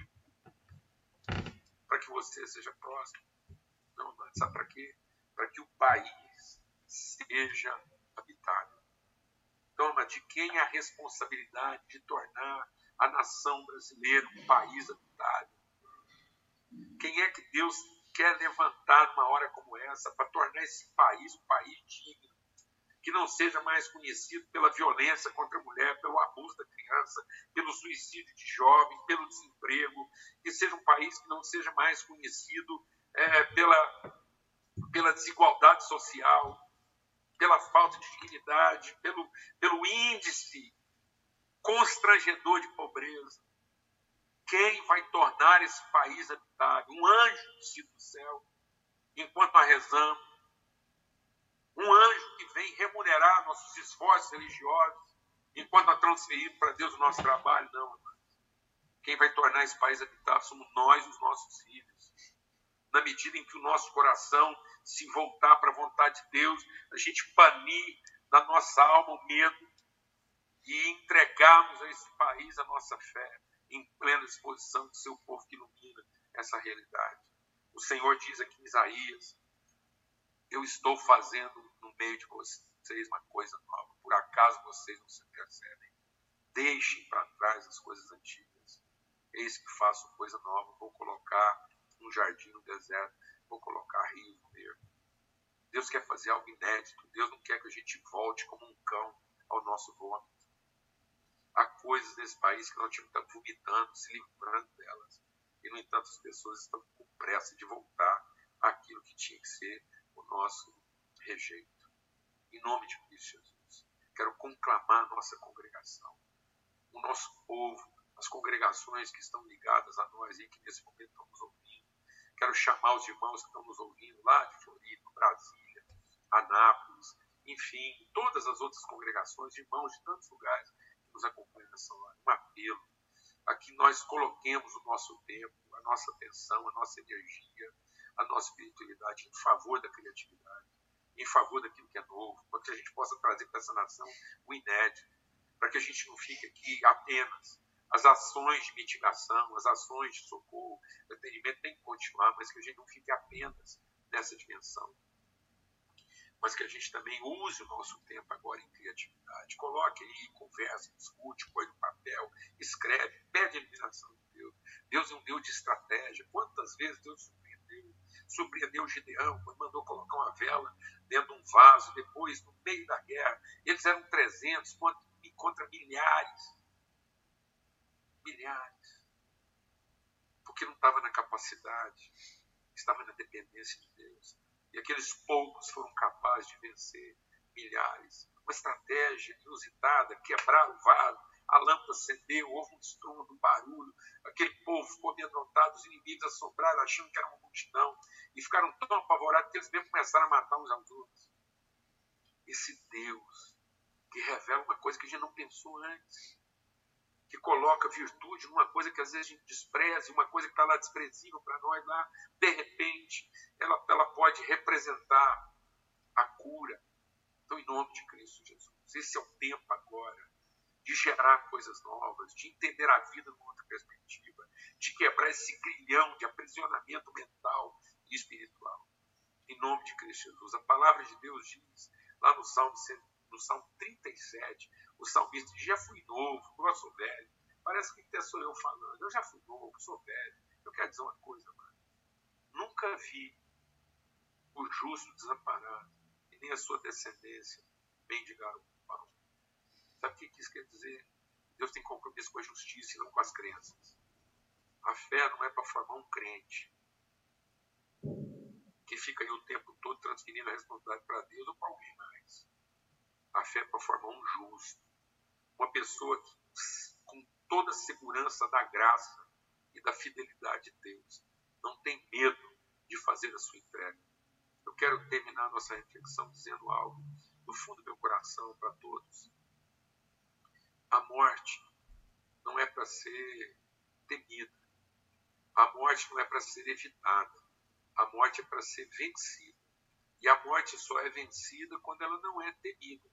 para que você seja próximo. Não, não, sabe para quê? Para que o país seja habitado. Toma, de quem é a responsabilidade de tornar a nação brasileira um país habitado? Quem é que Deus quer levantar numa hora como essa para tornar esse país um país digno? Que não seja mais conhecido pela violência contra a mulher, pelo abuso da criança, pelo suicídio de jovem, pelo desemprego, que seja um país que não seja mais conhecido é, pela, pela desigualdade social, pela falta de dignidade, pelo, pelo índice constrangedor de pobreza. Quem vai tornar esse país habitável? Um anjo descido do céu, enquanto nós rezamos. Um anjo que vem remunerar nossos esforços religiosos, enquanto nós transferimos para Deus o nosso trabalho. Não, irmãos. Quem vai tornar esse país habitável somos nós, os nossos filhos. Na medida em que o nosso coração se voltar para a vontade de Deus, a gente banir da nossa alma o medo e entregarmos a esse país a nossa fé, em plena disposição de ser o povo que ilumina essa realidade. O Senhor diz aqui em Isaías, eu estou fazendo no meio de vocês uma coisa nova. Por acaso vocês não se percebem? Deixem para trás as coisas antigas. Eis que faço coisa nova. Vou colocar um jardim no deserto. Vou colocar rios no meio. Deus quer fazer algo inédito. Deus não quer que a gente volte como um cão ao nosso vômito. Há coisas nesse país que nós tínhamos que estar vomitando, se livrando delas. E, no entanto, as pessoas estão com pressa de voltar àquilo que tinha que ser o nosso rejeito. Em nome de Cristo Jesus, quero conclamar a nossa congregação, o nosso povo, as congregações que estão ligadas a nós e que nesse momento estão nos ouvindo. Quero chamar os irmãos que estão nos ouvindo lá de Floripa, Brasília, Anápolis, enfim, todas as outras congregações, irmãos de tantos lugares que nos acompanham nessa hora. Um apelo a que nós coloquemos o nosso tempo, a nossa atenção, a nossa energia, a nossa espiritualidade em favor da criatividade, em favor daquilo que é novo, para que a gente possa trazer para essa nação o inédito, para que a gente não fique aqui apenas as ações de mitigação, as ações de socorro, o atendimento tem que continuar, mas que a gente não fique apenas nessa dimensão, mas que a gente também use o nosso tempo agora em criatividade. Coloque aí, converse, discute, põe no papel, escreve, pede a iluminação de Deus. Deus é um Deus de estratégia. Quantas vezes Deus surpreendeu, surpreendeu Gideão, quando mandou colocar uma vela dentro de um vaso, depois, no meio da guerra, eles eram trezentos contra, contra milhares. Milhares. Porque não estava na capacidade, estava na dependência de Deus. E aqueles poucos foram capazes de vencer milhares. Uma estratégia inusitada, quebrar o vaso, a lâmpada acendeu, houve um estrondo, um barulho. Aquele povo ficou amedrontado, os inimigos assombraram, achando que era uma multidão. E ficaram tão apavorados que eles mesmo começaram a matar uns aos outros. Esse Deus que revela uma coisa que a gente não pensou antes, que coloca virtude numa coisa que às vezes a gente despreza, uma coisa que está lá desprezível para nós, lá, de repente, ela, ela pode representar a cura. Então, em nome de Cristo Jesus, esse é o tempo agora de gerar coisas novas, de entender a vida numa outra perspectiva, de quebrar esse grilhão de aprisionamento mental e espiritual. Em nome de Cristo Jesus, a palavra de Deus diz, lá no Salmo, no Salmo trinta e sete, o salmista diz, já fui novo, agora sou velho. Parece que até sou eu falando, eu já fui novo, sou velho. Eu quero dizer uma coisa, mano. Nunca vi o justo desamparado, e nem a sua descendência mendigar o pão. Sabe o que isso quer dizer? Deus tem compromisso com a justiça e não com as crenças. A fé não é para formar um crente que fica aí o tempo todo transferindo a responsabilidade para Deus ou para alguém mais. A fé é para formar um justo. Uma pessoa que, com toda a segurança da graça e da fidelidade de Deus, não tem medo de fazer a sua entrega. Eu quero terminar nossa reflexão dizendo algo do fundo do meu coração para todos. A morte não é para ser temida. A morte não é para ser evitada. A morte é para ser vencida. E a morte só é vencida quando ela não é temida.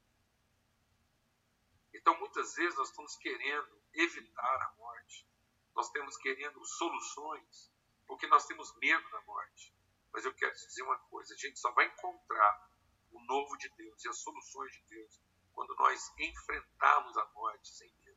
Então, muitas vezes, nós estamos querendo evitar a morte. Nós estamos querendo soluções, porque nós temos medo da morte. Mas eu quero te dizer uma coisa, a gente só vai encontrar o novo de Deus e as soluções de Deus quando nós enfrentarmos a morte sem medo.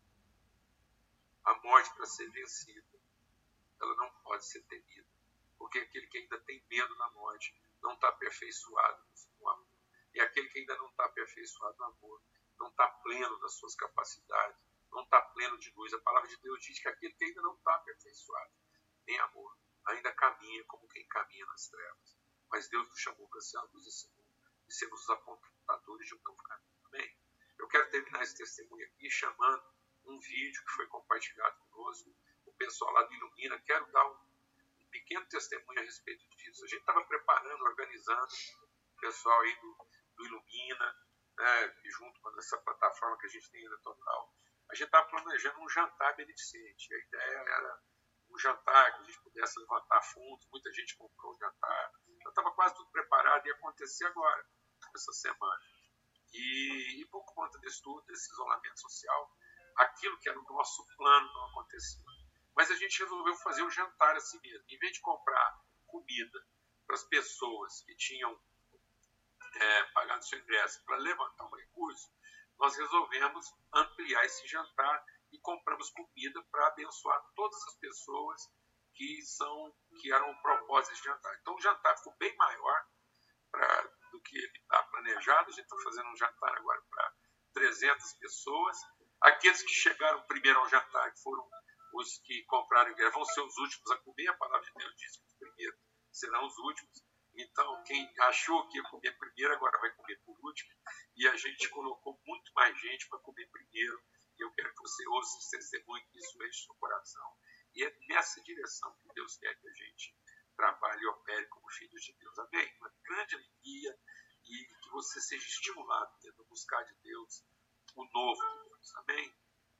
A morte, para ser vencida, ela não pode ser temida. Porque aquele que ainda tem medo da morte não está aperfeiçoado no amor. E aquele que ainda não está aperfeiçoado no amor não está pleno das suas capacidades, não está pleno de luz. A palavra de Deus diz que aquele que ainda não está aperfeiçoado em amor ainda caminha como quem caminha nas trevas. Mas Deus nos chamou para ser a luz desse mundo e sermos os apontadores de um novo caminho. Amém? Eu quero terminar esse testemunho aqui chamando um vídeo que foi compartilhado conosco. O pessoal lá do Ilumina, quero dar um pequeno testemunho a respeito disso. A gente estava preparando, organizando o pessoal aí do, do Ilumina, né, junto com essa plataforma que a gente tem ainda total. A gente estava planejando um jantar beneficente. A ideia era um jantar que a gente pudesse levantar fundos. Muita gente comprou o jantar. Já estava quase tudo preparado e ia acontecer agora, essa semana. E, e por conta disso tudo, desse isolamento social, aquilo que era o nosso plano não aconteceu. Mas a gente resolveu fazer um jantar assim mesmo. Em vez de comprar comida para as pessoas que tinham é, pagado seu ingresso para levantar um recurso, nós resolvemos ampliar esse jantar e compramos comida para abençoar todas as pessoas que, são, que eram o propósito desse jantar. Então o jantar ficou bem maior pra, do que ele está planejado. A gente está fazendo um jantar agora para trezentas pessoas. Aqueles que chegaram primeiro ao jantar, que foram os que compraram ingresso, vão ser os últimos a comer. A palavra de Deus diz que os primeiros serão os últimos. Então, quem achou que ia comer primeiro, agora vai comer por último. E a gente colocou muito mais gente para comer primeiro. E eu quero que você ouça esse testemunho, que isso enche o seu coração. E é nessa direção que Deus quer que a gente trabalhe e opere como filhos de Deus. Amém? Uma grande alegria, e que você seja estimulado a buscar de Deus o novo de Deus. Amém?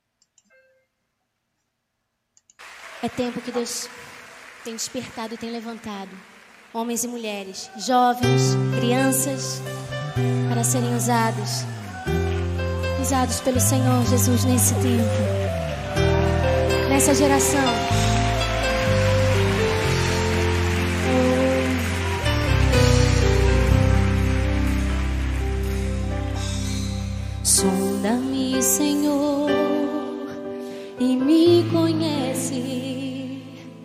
É tempo que Deus tem despertado e tem levantado homens e mulheres, jovens, crianças, para serem usados, usados pelo Senhor Jesus nesse tempo, nessa geração. Sonda-me, Senhor, e me conhece,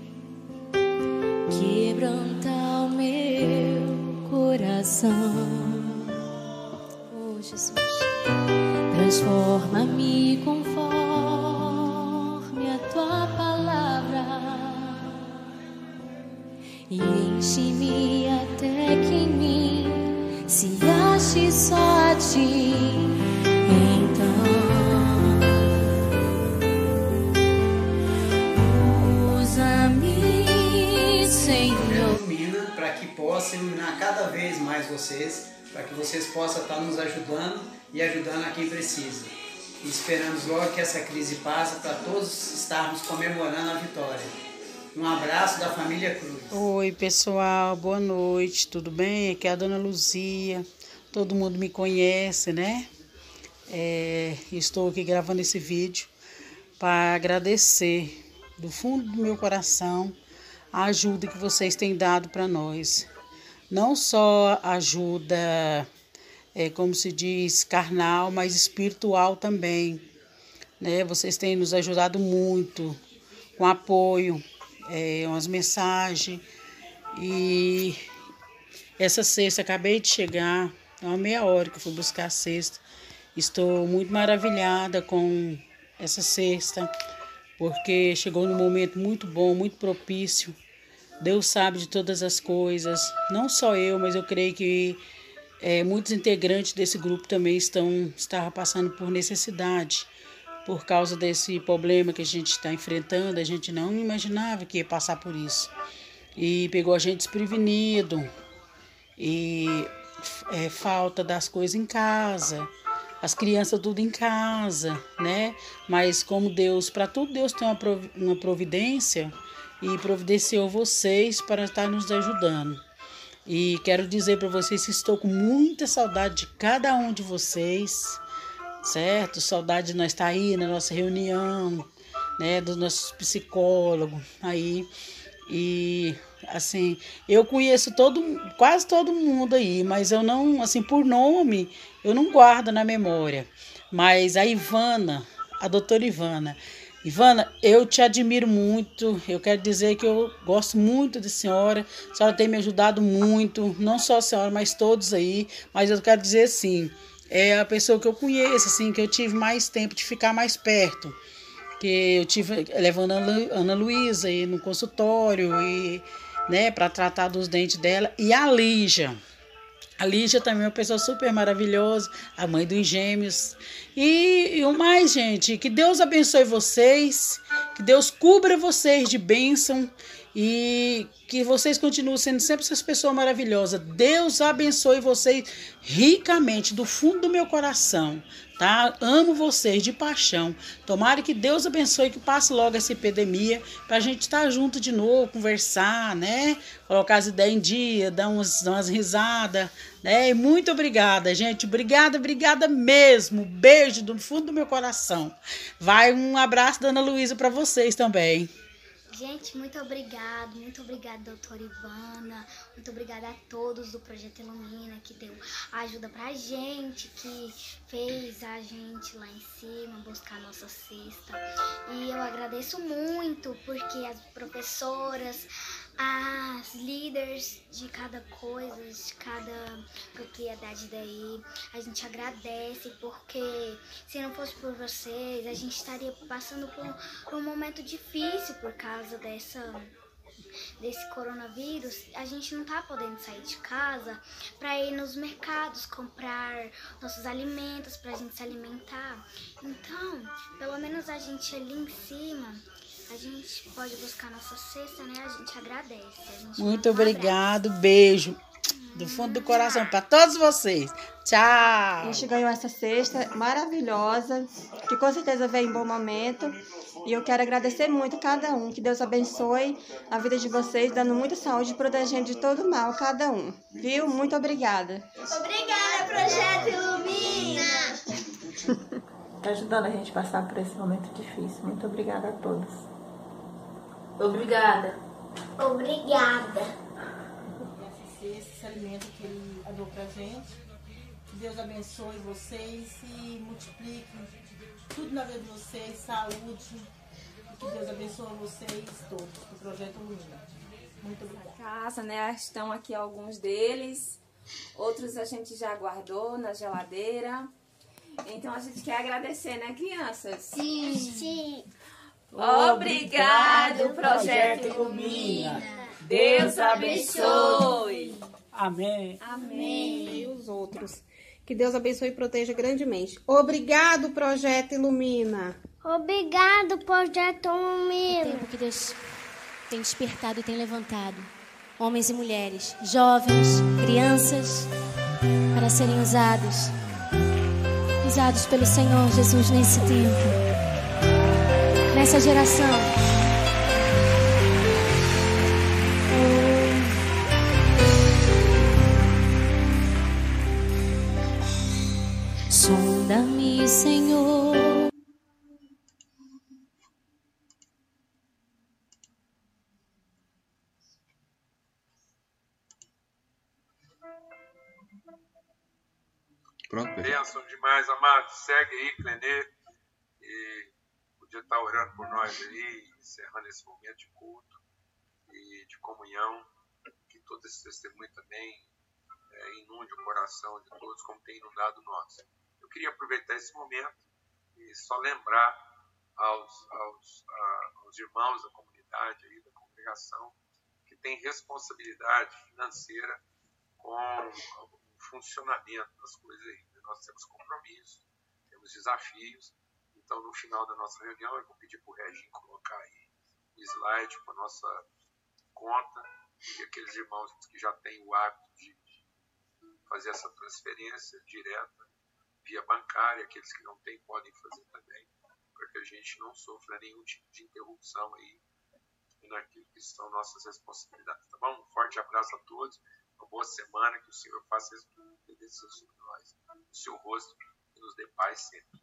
quebranta o meu coração. Oh, Jesus, transforma-me conforme a tua palavra e enche-me até que em mim se ache só a ti. Para que possa iluminar cada vez mais vocês para que vocês possam estar nos ajudando e ajudando a quem precisa. E esperamos logo que essa crise passe para todos estarmos comemorando a vitória. Um abraço da família Cruz. Oi, pessoal, boa noite, tudo bem? Aqui é a Dona Luzia, todo mundo me conhece, né? É, estou aqui gravando esse vídeo para agradecer do fundo do meu coração a ajuda que vocês têm dado para nós. Não só ajuda, é, como se diz, carnal, mas espiritual também, né? Vocês têm nos ajudado muito com apoio, é, umas mensagens. E essa cesta, acabei de chegar, é uma meia hora que eu fui buscar a cesta. Estou muito maravilhada com essa cesta, porque chegou num momento muito bom, muito propício. Deus sabe de todas as coisas, não só eu, mas eu creio que é, muitos integrantes desse grupo também estão estavam passando por necessidade, por causa desse problema que a gente está enfrentando. A gente não imaginava que ia passar por isso. E pegou a gente desprevenido, e é, falta das coisas em casa, as crianças tudo em casa, né? Mas como Deus, para tudo Deus tem uma providência, e providenciou vocês para estar nos ajudando. E quero dizer para vocês que estou com muita saudade de cada um de vocês, certo? Saudade de nós estar aí na nossa reunião, né? Dos nossos psicólogos aí. E assim, eu conheço todo, quase todo mundo aí, mas eu não, assim, por nome, eu não guardo na memória. Mas a Ivana, a doutora Ivana, Ivana, eu te admiro muito, eu quero dizer que eu gosto muito da senhora, a senhora tem me ajudado muito, não só a senhora, mas todos aí, mas eu quero dizer assim, é a pessoa que eu conheço, assim, que eu tive mais tempo de ficar mais perto, que eu tive levando a Ana Luísa aí no consultório, e, né, para tratar dos dentes dela, e a Lígia. A Lígia também é uma pessoa super maravilhosa, a mãe dos gêmeos. E, e o mais, gente, que Deus abençoe vocês, que Deus cubra vocês de bênção e que vocês continuem sendo sempre essas pessoas maravilhosas. Deus abençoe vocês ricamente, do fundo do meu coração, tá? Amo vocês de paixão. Tomara que Deus abençoe, que passe logo essa epidemia, pra gente estar junto de novo, conversar, né? Colocar as ideias em dia, dar umas, umas risadas, né? E muito obrigada, gente. Obrigada, obrigada mesmo. Beijo do fundo do meu coração. Vai um abraço da Ana Luísa para vocês também. Gente, muito obrigado, muito obrigada, doutora Ivana, muito obrigada a todos do Projeto Ilumina, que deu ajuda pra gente, que fez a gente lá em cima buscar a nossa cesta. E eu agradeço muito, porque as professoras, as líderes de cada coisa, de cada propriedade daí, a gente agradece, porque se não fosse por vocês, a gente estaria passando por, por um momento difícil por causa dessa, desse coronavírus. A gente não tá podendo sair de casa para ir nos mercados comprar nossos alimentos, pra gente se alimentar. Então, pelo menos a gente ali em cima, a gente pode buscar nossa cesta, né? A gente agradece. A gente Muito obrigado, beijo do fundo do coração para todos vocês. Tchau! A gente ganhou essa cesta maravilhosa, que com certeza veio em bom momento. E eu quero agradecer muito a cada um. Que Deus abençoe a vida de vocês, dando muita saúde e protegendo de todo mal cada um. Viu? Muito obrigada. Obrigada, Projeto Ilumina! Está ajudando a gente a passar por esse momento difícil. Muito obrigada a todos. Obrigada. Obrigada. Esse, esse alimento que ele deu pra gente. Que Deus abençoe vocês e multiplique tudo na vida de vocês, saúde. E que Deus abençoe vocês todos, do Projeto Ilumina. Muito obrigada. Casa, né? Estão aqui alguns deles. Outros a gente já guardou na geladeira. Então a gente quer agradecer, né, crianças? Sim. Sim. Obrigado, Projeto Ilumina. Deus abençoe. Amém. Amém. E os outros. Que Deus abençoe e proteja grandemente. Obrigado, Projeto Ilumina. Obrigado, Projeto Ilumina. Tempo que Deus tem despertado e tem levantado homens e mulheres, jovens, crianças, para para serem usados, usados pelo Senhor Jesus nesse tempo, nessa geração. Sonda-me, Senhor. Pronto, bênção demais, amado. Segue aí, Clenê. E podia estar orando por nós aí, encerrando esse momento de culto e de comunhão. Que todo esse testemunho também é, inunde o coração de todos, como tem inundado o nosso. Eu queria aproveitar esse momento e só lembrar aos, aos, a, aos irmãos da comunidade, aí, da congregação, que tem responsabilidade financeira com o funcionamento das coisas aí. Nós temos compromissos, temos desafios. Então, no final da nossa reunião, eu vou pedir para o Reginho colocar aí o slide com a nossa conta, e aqueles irmãos que já têm o hábito de fazer essa transferência direta via bancária, aqueles que não têm podem fazer também, para que a gente não sofra nenhum tipo de interrupção aí naquilo que são nossas responsabilidades. Tá bom? Um forte abraço a todos, uma boa semana, que o Senhor faça resplandecer sobre nós o seu rosto e nos dê paz sempre.